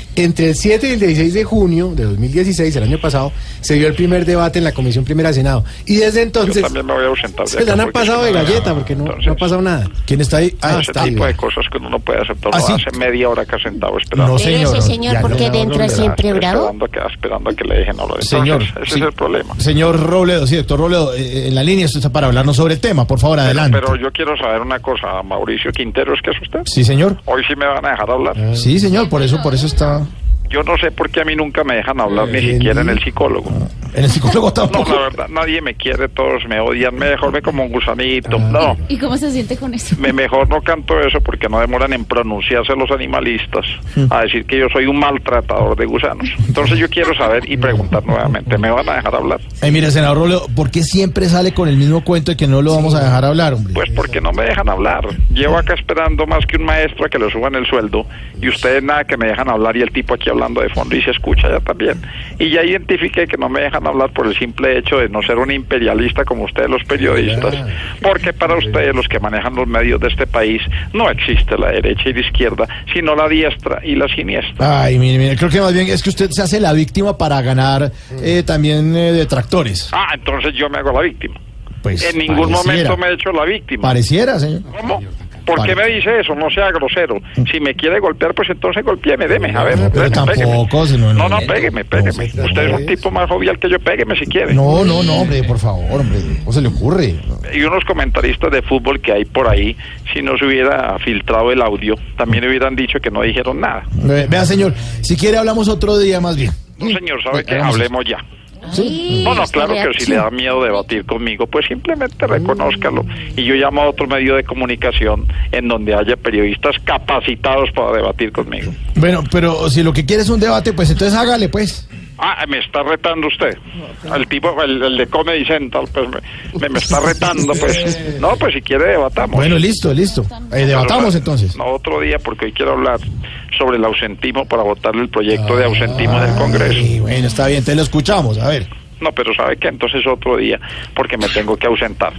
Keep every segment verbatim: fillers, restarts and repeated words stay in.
Entre el siete y el dieciséis de junio de dos mil dieciséis, el año pasado, se dio el primer debate en la Comisión Primera de Senado. Y desde entonces... Yo también me voy a ausentar de se le han pasado de galleta porque no, entonces, no ha pasado nada. ¿Quién está ahí? Ah, ese está tipo ahí. de cosas que uno no puede aceptar. ¿Ah, No, sí? hace media hora que ha sentado esperando. No, Pero señor. ese señor, Ya, ¿por qué ya, dentro ya, siempre Esperando bravo? a que, esperando a que le dejen hablar. Entonces, Señor, ese sí. es el problema. Señor Robledo, sí, doctor Robledo, eh, en la línea usted está para hablarnos sobre el tema, por favor, adelante. Pero yo quiero saber una cosa, Mauricio Quintero, ¿es que es usted? Sí, señor. Hoy sí me van a dejar hablar. Sí, señor, por eso, por eso está... Yo no sé por qué a mí nunca me dejan hablar, ni siquiera en el psicólogo. En el psicólogo No, tampoco. la verdad, nadie me quiere, todos me odian, me mejor me como un gusanito. No, ¿Y cómo se siente con eso? me mejor no canto eso porque no demoran en pronunciarse los animalistas a decir que yo soy un maltratador de gusanos. Entonces yo quiero saber y preguntar nuevamente, ¿me van a dejar hablar? Eh, mire, senador Robledo, ¿por qué siempre sale con el mismo cuento de que no lo vamos a dejar hablar, hombre? Pues porque no me dejan hablar. Llevo acá esperando más que un maestro a que le suban el sueldo y ustedes nada que me dejan hablar y el tipo aquí hablando de fondo y se escucha ya también. Y ya identifiqué que no me dejan hablar por el simple hecho de no ser un imperialista como ustedes los periodistas, porque para ustedes los que manejan los medios de este país no existe la derecha y la izquierda, sino la diestra y la siniestra. Ay, mire, mire, creo que más bien es que usted se hace la víctima para ganar eh, también eh, detractores. Ah, entonces yo me hago la víctima. Pues En ningún pareciera. momento me he hecho la víctima. Pareciera, señor. ¿Cómo? ¿Por qué me dice eso? No sea grosero. Si me quiere golpear, pues entonces golpéeme, deme. A ver, No, pero deme, tampoco, pégueme. si no, no, No, no, no, pégueme, pégueme. no, Usted es un tipo más jovial que yo, pégueme si quiere. No, no, no, hombre, por favor, hombre, ¿cómo se le ocurre? Y unos comentaristas de fútbol que hay por ahí, si no se hubiera filtrado el audio, también hubieran dicho que no dijeron nada. Ve- Vea, señor, si quiere hablamos otro día más bien. No, señor, ¿sabe qué? Hagamos Hablemos ya. Sí. No, no, esta claro que si le reacción. da miedo debatir conmigo, pues simplemente reconózcalo. Y yo llamo a otro medio de comunicación en donde haya periodistas capacitados para debatir conmigo. Bueno, pero si lo que quiere es un debate, pues entonces hágale, pues. Ah, me está retando usted. El tipo, el, el de Comedy Central, pues me, me, me está retando, pues. No, pues si quiere debatamos. Bueno, listo, listo. Eh, debatamos Pero, entonces. No, otro día, porque hoy quiero hablar sobre el ausentismo para votarle el proyecto de ausentismo del Congreso. Ay, bueno, está bien, te lo escuchamos, a ver. No, pero ¿sabe qué? Entonces otro día, porque me tengo que ausentar.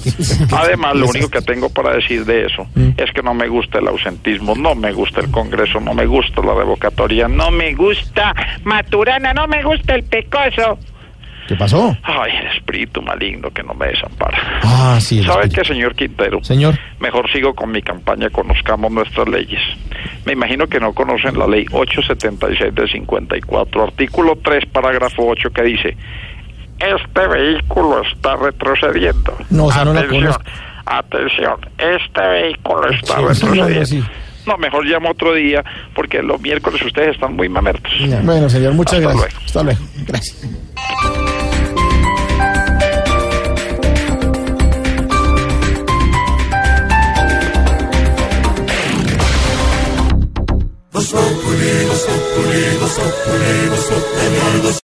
Además, lo único que tengo para decir de eso es que no me gusta el ausentismo, no me gusta el Congreso, no me gusta la revocatoria, no me gusta Maturana, no me gusta el Pecoso. ¿Qué pasó? Ay, el espíritu maligno que no me desampara. Ah, sí. el ¿Sabe espíritu. qué, señor Quintero? Señor. Mejor sigo con mi campaña, conozcamos nuestras leyes. Me imagino que no conocen la ley ochocientos setenta y seis del cincuenta y cuatro, artículo tres, parágrafo ocho, que dice: este vehículo está retrocediendo. No, o sea, no la Atención, conozco. atención, este vehículo está Sí, retrocediendo. sí. No, mejor llamo otro día, porque los miércoles ustedes están muy mamertos. Bueno, señor, muchas Hasta gracias. luego. Hasta luego. Gracias. Voz Populi, Voz Populi, Voz Populi, Voz Populi.